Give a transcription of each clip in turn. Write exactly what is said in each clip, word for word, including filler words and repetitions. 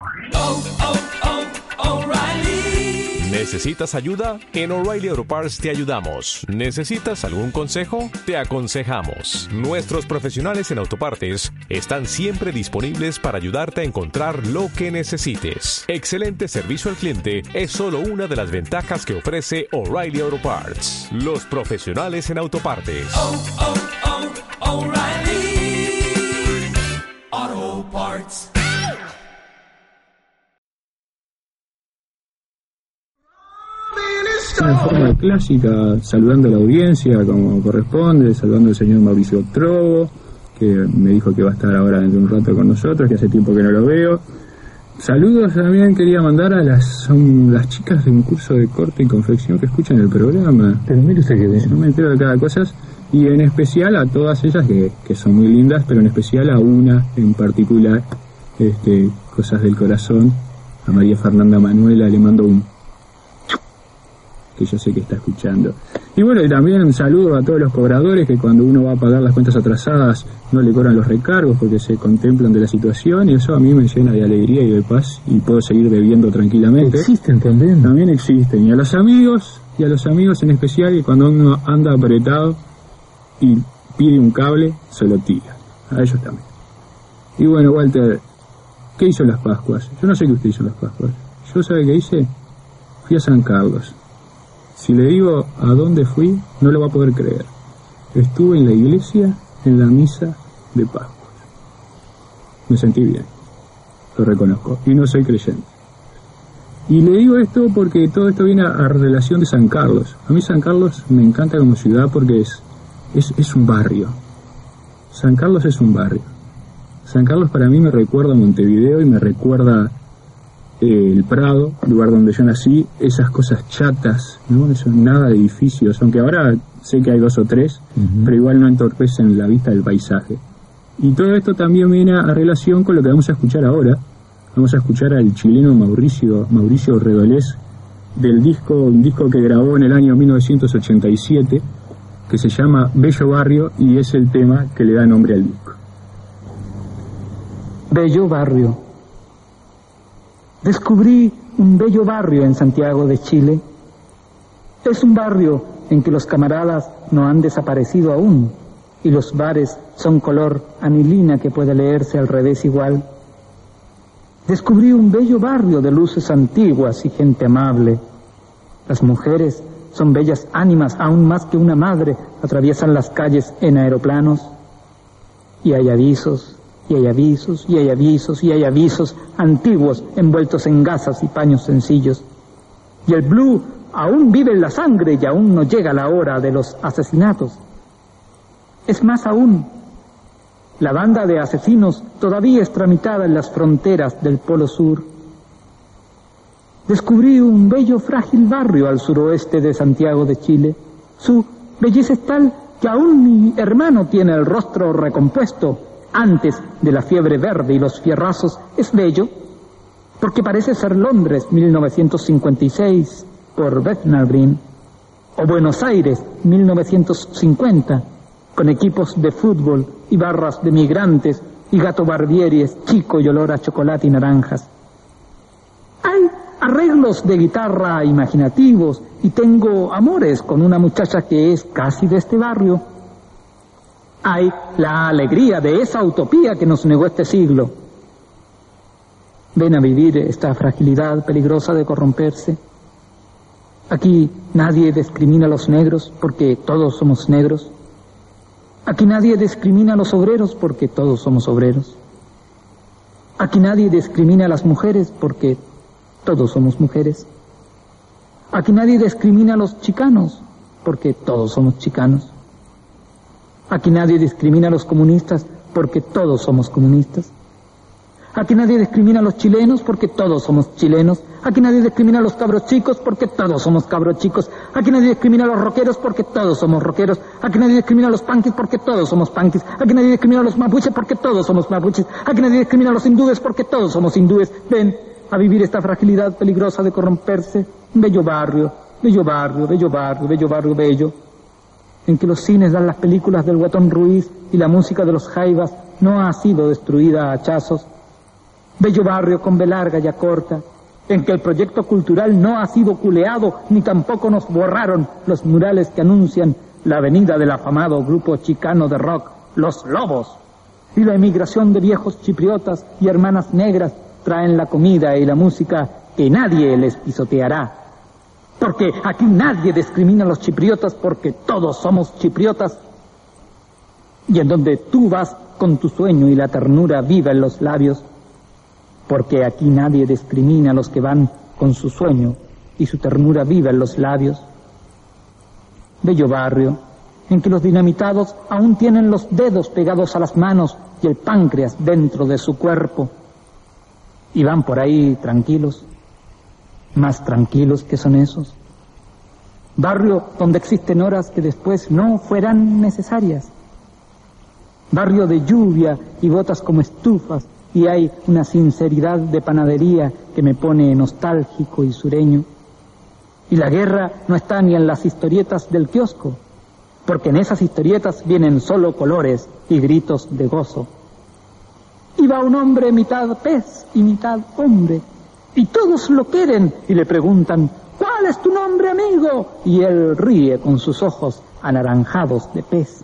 Oh, oh, oh, O'Reilly. ¿Necesitas ayuda? En O'Reilly Auto Parts te ayudamos. ¿Necesitas algún consejo? Te aconsejamos. Nuestros profesionales en autopartes están siempre disponibles para ayudarte a encontrar lo que necesites. Excelente servicio al cliente es solo una de las ventajas que ofrece O'Reilly Auto Parts. Los profesionales en autopartes. Oh, oh, oh, O'Reilly Auto Parts. De forma clásica, saludando a la audiencia como corresponde, saludando al señor Mauricio Trovo, que me dijo que va a estar ahora dentro de un rato con nosotros, que hace tiempo que no lo veo. Saludos también quería mandar a las son las chicas de un curso de corte y confección que escuchan el programa. Pero mire usted que bien. No me entero de cada cosa. Y en especial a todas ellas que, que son muy lindas, pero en especial a una en particular, este, cosas del corazón, a María Fernanda Manuela, le mando un que yo sé que está escuchando. Y bueno, y también un saludo a todos los cobradores que cuando uno va a pagar las cuentas atrasadas no le cobran los recargos porque se contemplan de la situación, y eso a mí me llena de alegría y de paz y puedo seguir bebiendo tranquilamente. ¿Existen también? También existen. Y a los amigos, y a los amigos en especial, que cuando uno anda apretado y pide un cable, se lo tira. A ellos también. Y bueno, Walter, ¿qué hizo en las Pascuas? Yo no sé qué usted hizo en las Pascuas. Yo, ¿sabe qué hice? Fui a San Carlos. Si le digo a dónde fui, no lo va a poder creer. Estuve en la iglesia en la misa de Pascuas. Me sentí bien, lo reconozco, y no soy creyente. Y le digo esto porque todo esto viene a, a relación de San Carlos. A mí San Carlos me encanta como ciudad porque es, es, es un barrio. San Carlos es un barrio. San Carlos para mí me recuerda a Montevideo y me recuerda el Prado, lugar donde yo nací, esas cosas chatas, ¿no? Eso, nada de edificios, aunque ahora sé que hay dos o tres, uh-huh. Pero igual no entorpecen la vista del paisaje. Y todo esto también viene a relación con lo que vamos a escuchar ahora. Vamos a escuchar al chileno Mauricio, Mauricio Redolés, del disco, un disco que grabó en el año mil novecientos ochenta y siete, que se llama Bello Barrio, y es el tema que le da nombre al disco. Bello Barrio. Descubrí un bello barrio en Santiago de Chile. Es un barrio en que los camaradas no han desaparecido aún y los bares son color anilina que puede leerse al revés igual. Descubrí un bello barrio de luces antiguas y gente amable. Las mujeres son bellas ánimas, aún más que una madre, atraviesan las calles en aeroplanos y hay avisos. Y hay avisos, y hay avisos, y hay avisos antiguos envueltos en gasas y paños sencillos. Y el blue aún vive en la sangre y aún no llega la hora de los asesinatos. Es más aún, la banda de asesinos todavía es tramitada en las fronteras del Polo Sur. Descubrí un bello frágil barrio al suroeste de Santiago de Chile. Su belleza es tal que aún mi hermano tiene el rostro recompuesto. Antes de la fiebre verde y los fierrazos, es bello, porque parece ser Londres mil novecientos cincuenta y seis por Bethnal Green, o Buenos Aires mil novecientos cincuenta, con equipos de fútbol y barras de migrantes y Gato Barbieries, chico y olor a chocolate y naranjas. Hay arreglos de guitarra imaginativos y tengo amores con una muchacha que es casi de este barrio. Hay la alegría de esa utopía que nos negó este siglo. Ven a vivir esta fragilidad peligrosa de corromperse. Aquí nadie discrimina a los negros porque todos somos negros. Aquí nadie discrimina a los obreros porque todos somos obreros. Aquí nadie discrimina a las mujeres porque todos somos mujeres. Aquí nadie discrimina a los chicanos porque todos somos chicanos. Aquí nadie discrimina a los comunistas porque todos somos comunistas. Aquí nadie discrimina a los chilenos porque todos somos chilenos. Aquí nadie discrimina a los cabros chicos porque todos somos cabros chicos. Aquí nadie discrimina a los rockeros porque todos somos rockeros. Aquí nadie discrimina a los punkis porque todos somos punkis. Aquí nadie discrimina a los mapuches porque todos somos mapuches. Aquí nadie discrimina a los hindúes porque todos somos hindúes. Ven a vivir esta fragilidad peligrosa de corromperse. Bello barrio, bello barrio, bello barrio, bello barrio, bello. En que los cines dan las películas del Guatón Ruiz y la música de los Jaivas no ha sido destruida a hachazos. Bello barrio con B larga y A corta, en que el proyecto cultural no ha sido culeado, ni tampoco nos borraron los murales que anuncian la venida del afamado grupo chicano de rock, Los Lobos, y la emigración de viejos chipriotas y hermanas negras traen la comida y la música que nadie les pisoteará. Porque aquí nadie discrimina a los chipriotas porque todos somos chipriotas. Y en donde tú vas con tu sueño y la ternura viva en los labios, porque aquí nadie discrimina a los que van con su sueño y su ternura viva en los labios. Bello barrio, en que los dinamitados aún tienen los dedos pegados a las manos y el páncreas dentro de su cuerpo, y van por ahí tranquilos, más tranquilos que son esos. Barrio donde existen horas que después no fueran necesarias. Barrio de lluvia y botas como estufas, y hay una sinceridad de panadería que me pone nostálgico y sureño. Y la guerra no está ni en las historietas del kiosco, porque en esas historietas vienen solo colores y gritos de gozo. Y va un hombre mitad pez y mitad hombre, y todos lo quieren y le preguntan, ¿cuál es tu nombre, amigo? Y él ríe con sus ojos anaranjados de pez.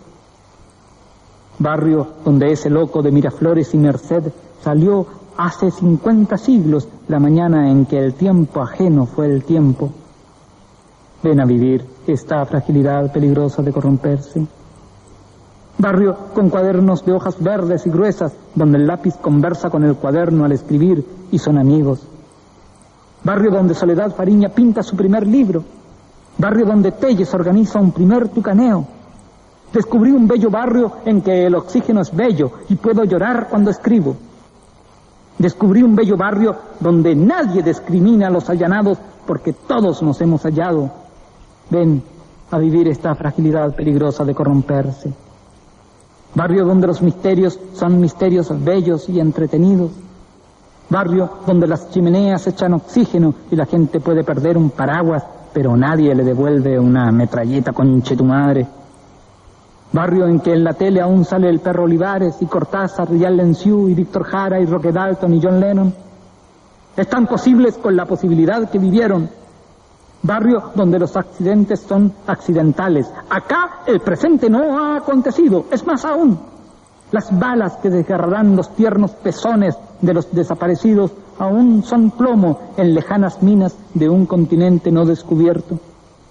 Barrio donde ese loco de Miraflores y Merced salió hace cincuenta siglos, la mañana en que el tiempo ajeno fue el tiempo. Ven a vivir esta fragilidad peligrosa de corromperse. Barrio con cuadernos de hojas verdes y gruesas, donde el lápiz conversa con el cuaderno al escribir y son amigos. Barrio donde Soledad Fariña pinta su primer libro. Barrio donde Telles organiza un primer tucaneo. Descubrí un bello barrio en que el oxígeno es bello y puedo llorar cuando escribo. Descubrí un bello barrio donde nadie discrimina a los allanados porque todos nos hemos hallado. Ven a vivir esta fragilidad peligrosa de corromperse. Barrio donde los misterios son misterios bellos y entretenidos. Barrio donde las chimeneas echan oxígeno y la gente puede perder un paraguas, pero nadie le devuelve una metralleta conche tu madre. Barrio en que en la tele aún sale el perro Olivares y Cortázar y Allen Siu y Víctor Jara y Roque Dalton y John Lennon. Están posibles con la posibilidad que vivieron. Barrio donde los accidentes son accidentales. Acá el presente no ha acontecido. Es más aún, las balas que desgarrarán los tiernos pezones de los desaparecidos aún son plomo en lejanas minas de un continente no descubierto.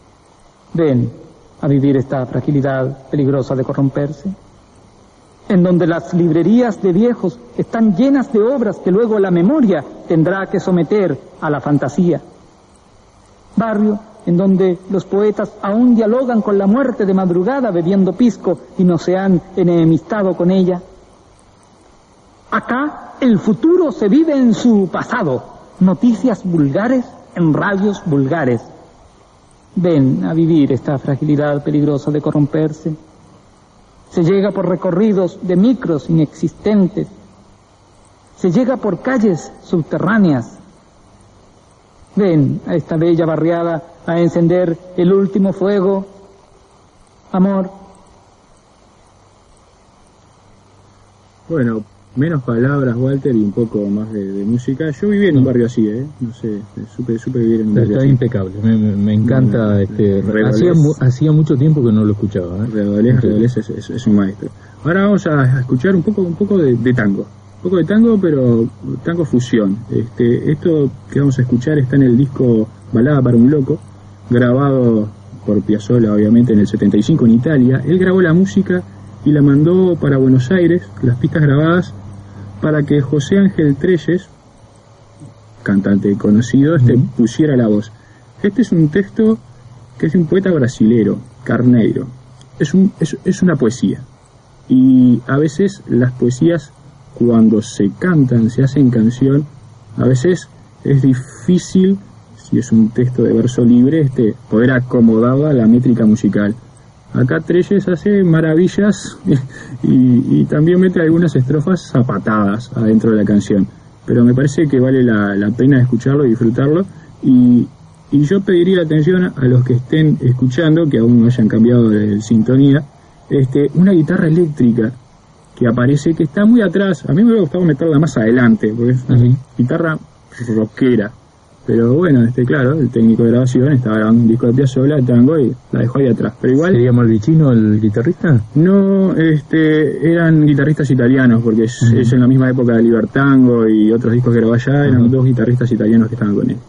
Ven a vivir esta fragilidad peligrosa de corromperse, en donde las librerías de viejos están llenas de obras que luego la memoria tendrá que someter a la fantasía. Barrio en donde los poetas aún dialogan con la muerte de madrugada bebiendo pisco y no se han enemistado con ella. Acá el futuro se vive en su pasado, noticias vulgares en radios vulgares. Ven a vivir esta fragilidad peligrosa de corromperse. Se llega por recorridos de micros inexistentes. Se llega por calles subterráneas. Ven a esta bella barriada a encender el último fuego. Amor. Bueno, menos palabras, Walter, y un poco más de, de música. Yo viví en un barrio así, ¿eh? No sé, supe, supe vivir en un barrio Está así. impecable, me, me, me encanta. No, este, Redolés. hacía, mu- hacía mucho tiempo que no lo escuchaba. ¿eh? Redolés, Redolés es, es, es un maestro. Ahora vamos a escuchar un poco, un poco de, de tango. Un poco de tango, pero tango fusión. Este, esto que vamos a escuchar está en el disco Balada para un Loco, grabado por Piazzolla, obviamente, en el setenta y cinco en Italia. Él grabó la música y la mandó para Buenos Aires, las pistas grabadas, para que José Ángel Trelles, cantante conocido, este, uh-huh. pusiera la voz. Este es un texto que es de un poeta brasilero, Carneiro. Es, un, es, es una poesía. Y a veces las poesías, cuando se cantan, se hacen canción, a veces es difícil, si es un texto de verso libre, este, poder acomodarla a la métrica musical. Acá Trelles hace maravillas y, y también mete algunas estrofas zapatadas adentro de la canción. Pero me parece que vale la, la pena escucharlo y disfrutarlo. Y, y yo pediría atención a los que estén escuchando, que aún no hayan cambiado de sintonía, este, una guitarra eléctrica que aparece, que está muy atrás. A mí me hubiera gustado meterla más adelante, porque es una Uh-huh. guitarra rockera. Pero bueno, este claro, el técnico de grabación estaba grabando un disco de Piazzolla, de tango, y la dejó ahí atrás. Pero igual... ¿Sería Malvicino el guitarrista? No, este, eran guitarristas italianos, porque es, Uh-huh. es en la misma época de Libertango y otros discos que grabó allá, eran Uh-huh. dos guitarristas italianos que estaban con él.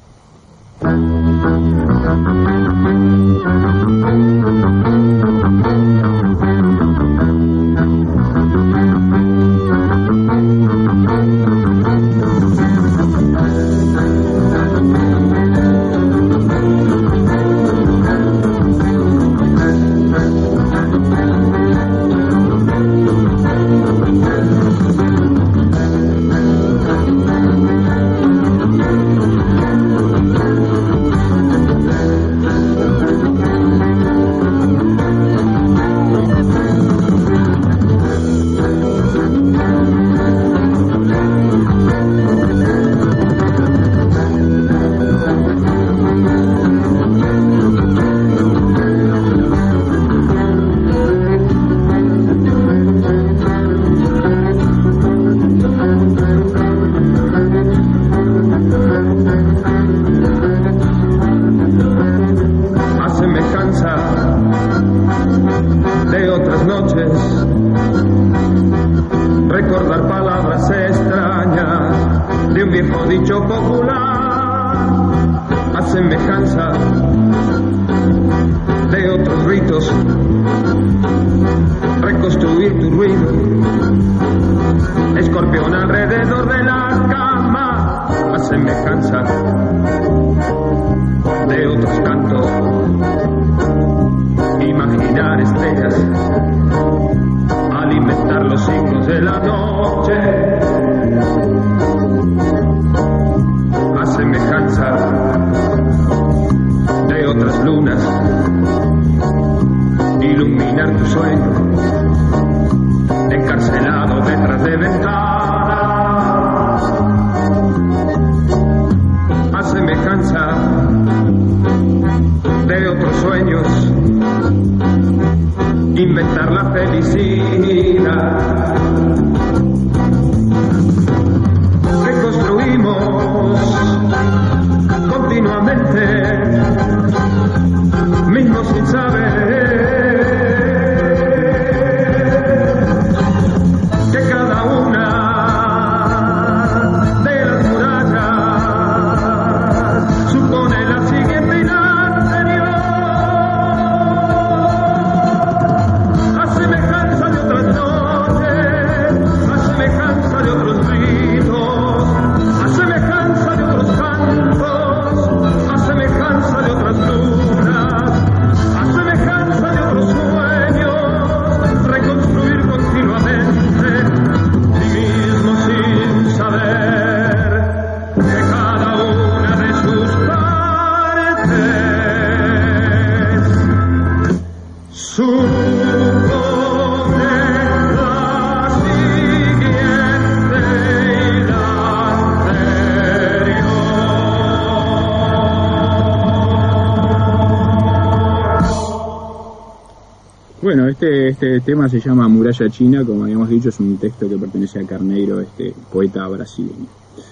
Bueno, este, este tema se llama Muralla China, como habíamos dicho, es un texto que pertenece a Carneiro, este poeta brasileño.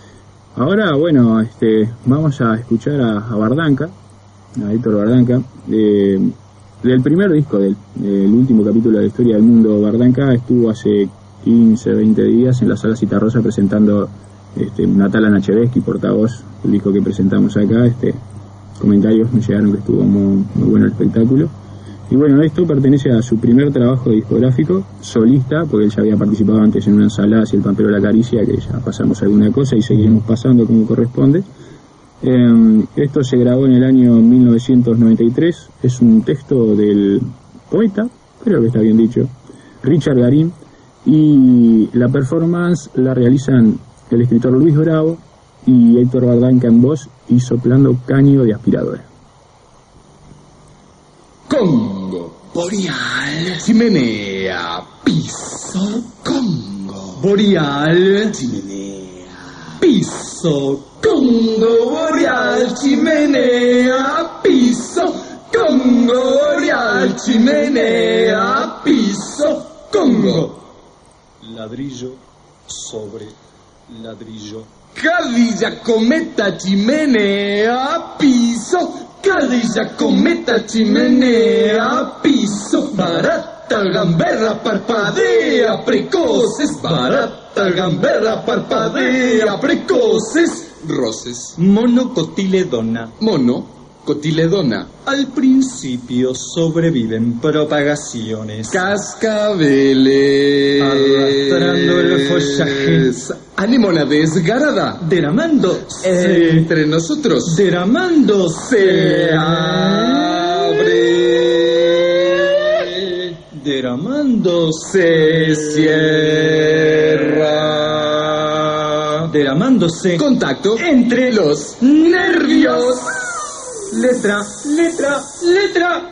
Ahora, bueno, este, vamos a escuchar a, a Bardanca, a Héctor Bardanca, eh, del primer disco del, del último capítulo de la historia del mundo. Bardanca estuvo hace quince, veinte días en la Sala Citarrosa presentando este, Natalia Nachevsky, portavoz, el disco que presentamos acá. Este, comentarios me llegaron que estuvo muy, muy bueno el espectáculo. Y bueno, esto pertenece a su primer trabajo discográfico, solista, porque él ya había participado antes en una ensalada y el Pampero La Caricia, que ya pasamos alguna cosa y seguiremos pasando como corresponde. Eh, esto se grabó en el año mil novecientos noventa y tres, es un texto del poeta, creo que está bien dicho, Richard Garín, y la performance la realizan el escritor Luis Bravo y Héctor Bardanca en voz y soplando caño de aspiradora. Congo, boreal, chimenea, piso, Congo, boreal, chimenea, piso, Congo, boreal, chimenea, piso, Congo, boreal, chimenea, piso, Congo. ladrillo. Cadilla, cometa, chimenea, piso. Cadilla, cometa, chimenea, piso. Barata, gamberra, parpadea, precoces. Barata, gamberra, parpadea, precoces. Roces. Monocotiledona. Mono, cotiledona. Al principio sobreviven propagaciones. Cascabeles. Arrastrando el follaje. Anémona desgarada. Derramándose. Entre nosotros. Derramándose. Se abre. Derramándose. Se cierra. Derramándose. Contacto Entre los nervios. Letra, letra, letra.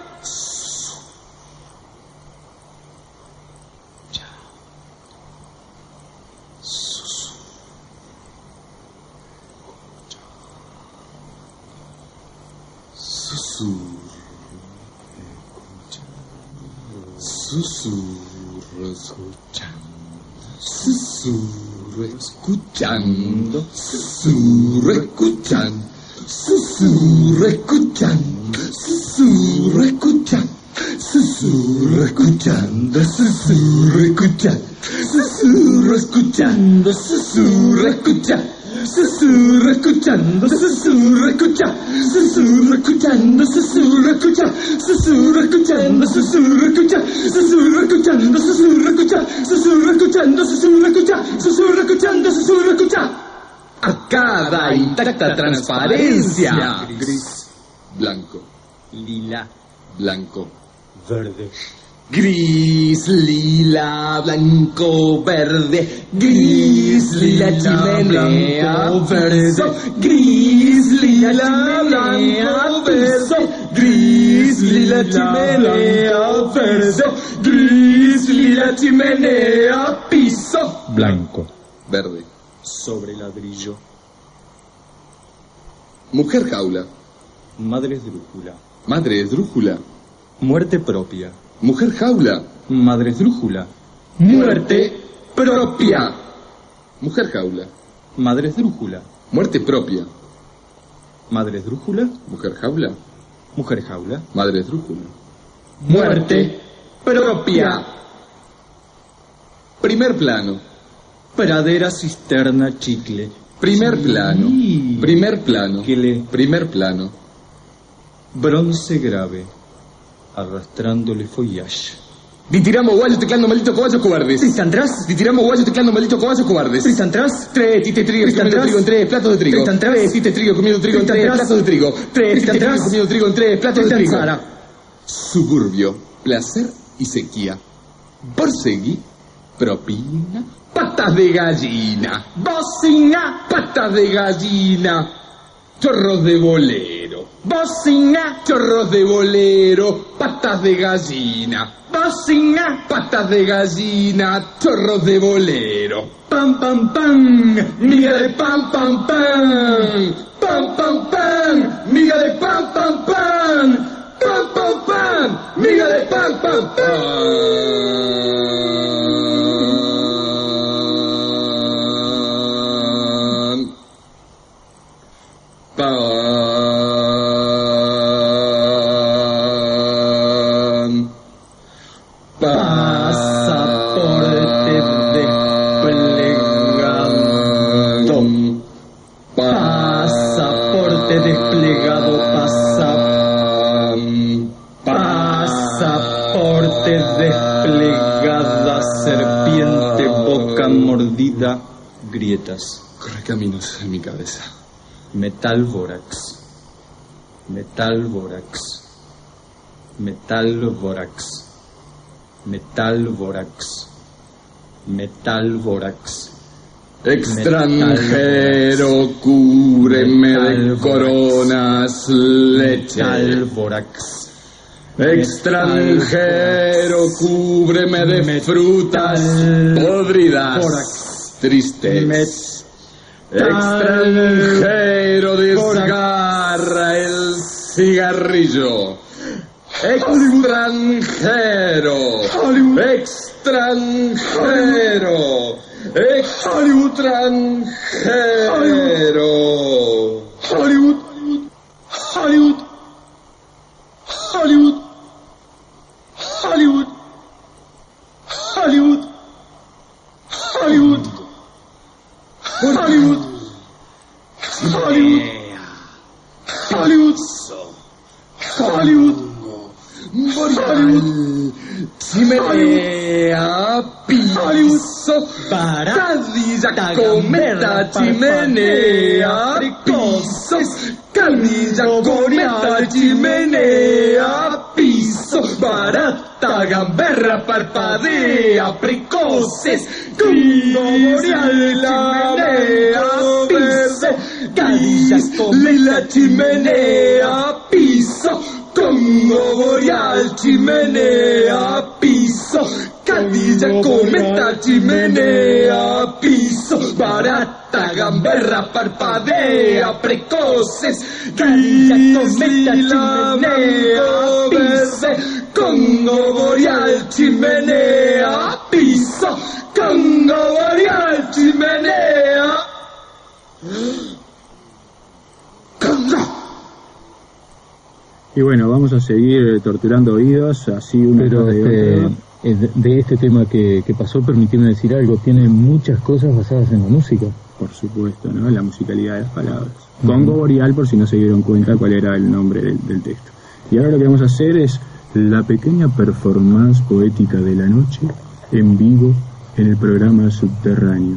Susurro escuchando, susurro escuchando, susurro escuchando, susurro escuchando, susurro escuchando, susurro escuchando, susurro escuchando, susurro escuchando, susurro escuchando. Susurro escuchando, susurro escuchando, susurro escuchando, susurro escuchando, susurro escuchando, susurro escuchando, susurro escuchando, susurro escuchando, susurro escuchando, susurro escuchando, susurro escuchando, susurro escuchando. Arcada, intacta transparencia. Gris, blanco, Lila, blanco, verde. Gris, lila, blanco, verde. Gris, lila, chimenea, verde. Gris, lila, blanco, verde. Gris, lila, chimenea, verde. Gris, lila, chimenea, piso. Blanco. Verde. Sobre ladrillo. Mujer jaula. Madre esdrújula. Madre esdrújula. Muerte propia. Mujer jaula. Madre esdrújula. Muerte propia. Mujer jaula. Madre esdrújula. Muerte propia. Madre esdrújula. Mujer jaula. Mujer jaula. Madre esdrújula. Muerte propia. Primer plano. Pradera, cisterna, chicle. Primer Sí. plano. Primer plano. Que le- Primer plano. Bronce grave. Arrastrándole follaje. Ditiramo guayo teclando maldito caballos cobardes. Tristan tras. Ditiramo guayo teclando maldito caballos cobardes. Tristan tras. Tres tite trigo Tristan comiendo tras. trigo en tres platos de trigo. Tristan tras. Tres tite trigo comiendo trigo en Tristan tres tras. platos de trigo. Tres tite Tristan trigo tras. comiendo trigo en tres platos de Tristan trigo. Sara. Suburbio, placer y sequía. Borsegui, propina, patas de gallina. Bocina, patas de gallina. Chorros de bolero. Bocina, chorros de bolero. Patas de gallina. Bocina, patas de gallina. Chorros de bolero. Pam, pam, pam. Miga de pam, pam, pam. Pam, pam, pam. Miga de pam, pam, pam. Pam, pam, pam. Miga de pam, pam, pam. Pam. Pasaporte desplegado. Pasaporte desplegado. Pasa. Pasaporte desplegada. Serpiente, boca mordida. Grietas. Corre caminos en mi cabeza. Metal bórax. Metal bórax. Metal bórax. Metal bórax. Metal bórax. Extranjero, cúbreme de Metal coronas, leche. Metal bórax. Extranjero, cúbreme de Metal frutas podridas, bórax. tristes. Metal Extranjero, desgarra el cigarrillo. Extranjero, extranjero, extranjero. Hollywood, Hollywood, Hollywood, Hollywood, chimenea, piso, cadilla, cometa, chimenea, piso, cadilla, cometa, chimenea, piso, barata, gamberra, parpadea, precoces, Congo boreal, chimenea, piso, cadilla, cometa, chimenea, piso, Congo boreal, chimenea, piso, cadilla, cometa, chimenea, piso, barata, gamberra, parpadea, precoces, cadilla, cometa, chimenea, piso, Congo boreal, chimenea, piso, Congo boreal, chimenea. Y bueno, vamos a seguir torturando oídos, así uno Pero tras de este, otro. eh, de, de este tema que, que pasó, permitime decir algo, tiene muchas cosas basadas en la música. Por supuesto, ¿no? La musicalidad de las palabras. Congo boreal, por si no se dieron cuenta cuál era el nombre del, del texto. Y ahora lo que vamos a hacer es la pequeña performance poética de la noche en vivo en el programa Subterráneo.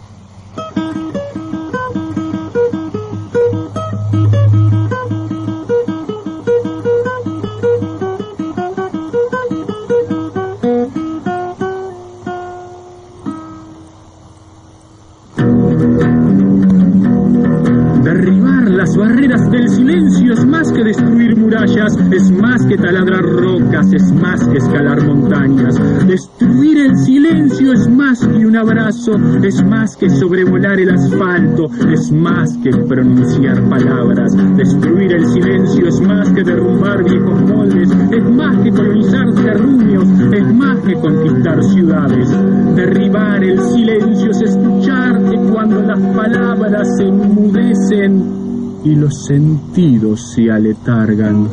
Derribar las barreras del silencio es más que destruir murallas, es más que taladrar rocas, es más que escalar montañas. Destruir el silencio es más que un abrazo, es más que sobrevolar el asfalto, es más que pronunciar palabras. Destruir el silencio es más que derrumbar viejos moldes, es más que colonizar terruños, es más que conquistar ciudades. Derribar el silencio es escuchar que cuando las palabras se enmudecen y los sentidos se aletargan.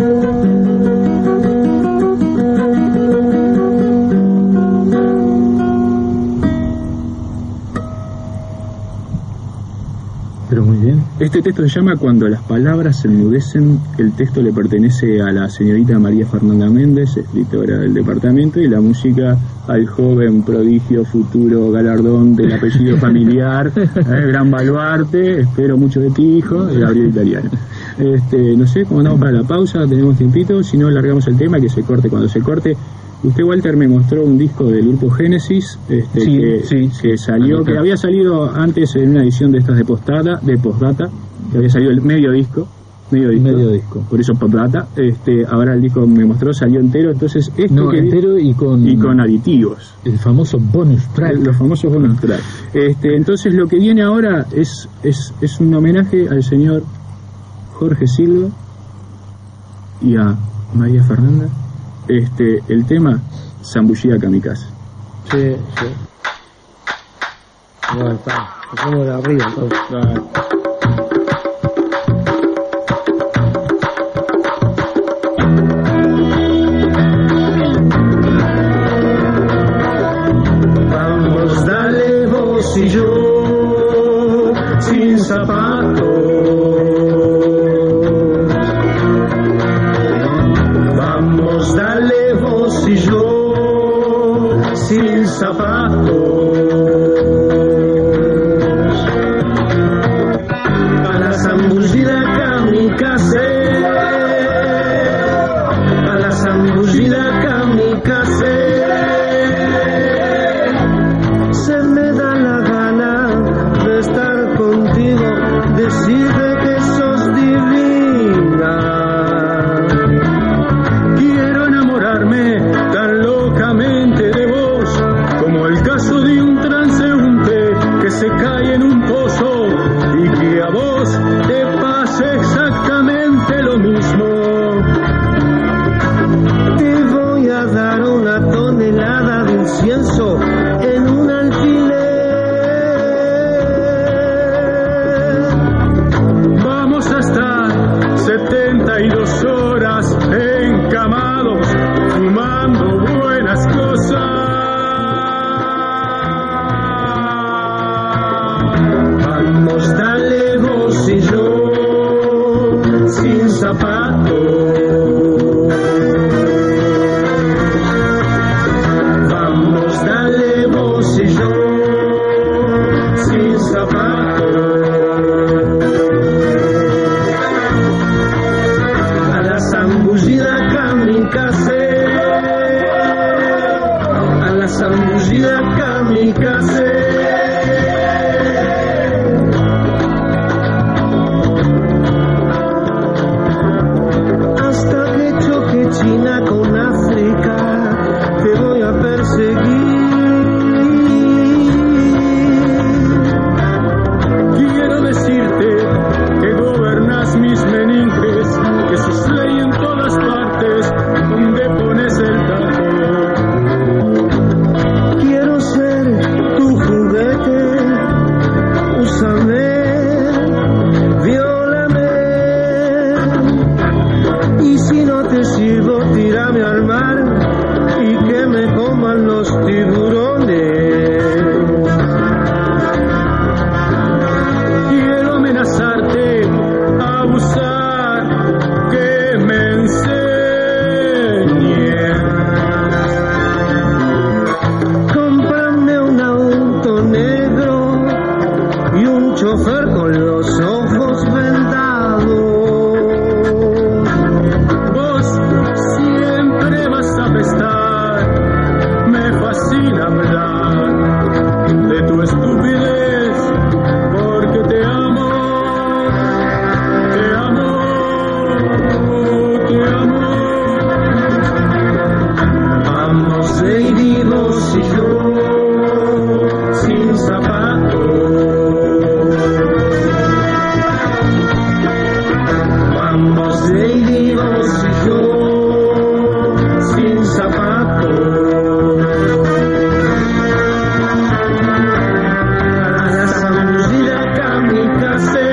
Pero muy bien. Este texto se llama Cuando las palabras se enmudecen. El texto le pertenece a la señorita María Fernanda Méndez, escritora del departamento, y la música al joven prodigio futuro galardón del apellido familiar, eh, gran baluarte, espero mucho de ti, hijo, Gabriel Italiano. Este, no sé, cómo andamos para la pausa, tenemos tiempito, si no largamos el tema, que se corte cuando se corte. Usted, Walter, me mostró un disco del grupo Génesis, este, Sí, que, sí. que salió, que había salido antes en una edición de estas de postdata, de postdata, que había salido el medio disco, medio disco, Medio disco. por eso postdata. Este, ahora el disco me mostró salió entero, entonces esto No, que entero y con, y con aditivos, el famoso bonus track. los famosos bonus track. Este, entonces lo que viene ahora es es es un homenaje al señor Jorge Silva y a María Fernanda. Este, el tema Zambullida Kamikaze. Sí, sí. Bueno, está. Estamos de arriba, entonces. Vamos, dale vos y yo, sin zapatos. Vamos, dale vos y yo, sin zapatos. A la zambullida kamikaze, a la zambullida kamikaze. Se me da la gana de estar contigo, decirte que sos divina. Quiero enamorarme tan locamente de vos, como el caso de un transeúnte que se cae en un pozo y que a vos te pase exactamente lo mismo. Te voy a dar una tonelada de incienso en un alfiler. Vamos a estar setenta y dos horas encamados, fumando buenas cosas. Vamos, dale vos y yo, zapatos. Vamos, dale vos y yo, sin zapatos. A la zambullida kamikaze, a la zambullida kamikaze. Hasta que choque China con África, te voy a perseguir. Quiero decirte que gobernas mis meninges, que sos ley en todas partes donde pones el tajo. Quiero ser tu juguete, úsame, viólame, y si no te sirvo, tírame al mar y que me coman los tiburones. Quiero amenazarte, abusar, que me enseñes. Cómprame un auto negro y un chofer con los ojos vendados. Vos siempre vas a apestar, me fascina hablar de tu estupidez, porque te amo, te amo, te amo. Vamos, Lady, vos y yo, sin zapatos. Vamos, Lady, vos y yo, sin zapatos. A la zambullida kamikaze,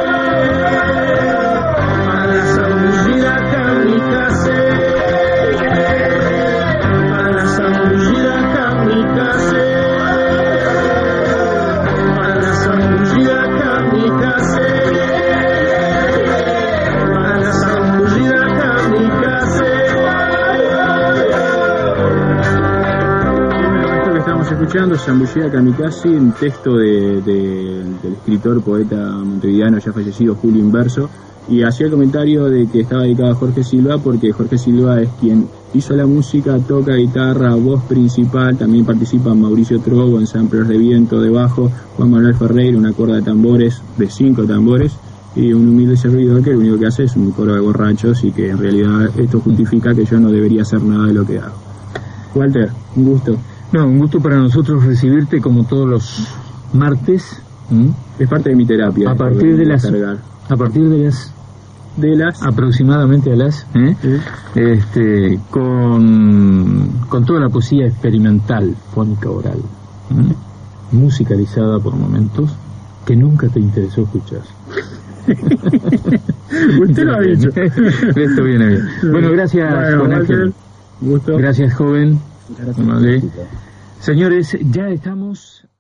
a la zambullida kamikaze, a la zambullida kamikaze, a la zambullida kamikaze, a la zambullida kamikaze. Esto que estamos escuchando, Zambullida Kamikaze, un texto de, de- del escritor, poeta montevideano ya fallecido Julio Inverso, y hacía el comentario de que estaba dedicado a Jorge Silva porque Jorge Silva es quien hizo la música, toca guitarra, voz principal, también participa Mauricio Trovo en samplers de viento, de bajo, Juan Manuel Ferreira, una cuerda de tambores, de cinco tambores, y un humilde servidor que lo único que hace es un coro de borrachos, y que en realidad esto justifica que yo no debería hacer nada de lo que hago. Walter, un gusto. No, un gusto para nosotros recibirte como todos los martes. ¿m? Es parte de mi terapia. A esto partir de las cargar. a partir de las de las aproximadamente a las ¿eh? Sí. este con con toda la poesía experimental, fónica oral, ¿m? musicalizada por momentos, que nunca te interesó escuchar. Usted lo ha dicho. Esto viene bien. Bueno, gracias, Bueno, Juan Walter, Ángel. gusto. Gracias, joven. Muchas gracias. Amable. Señores, ya estamos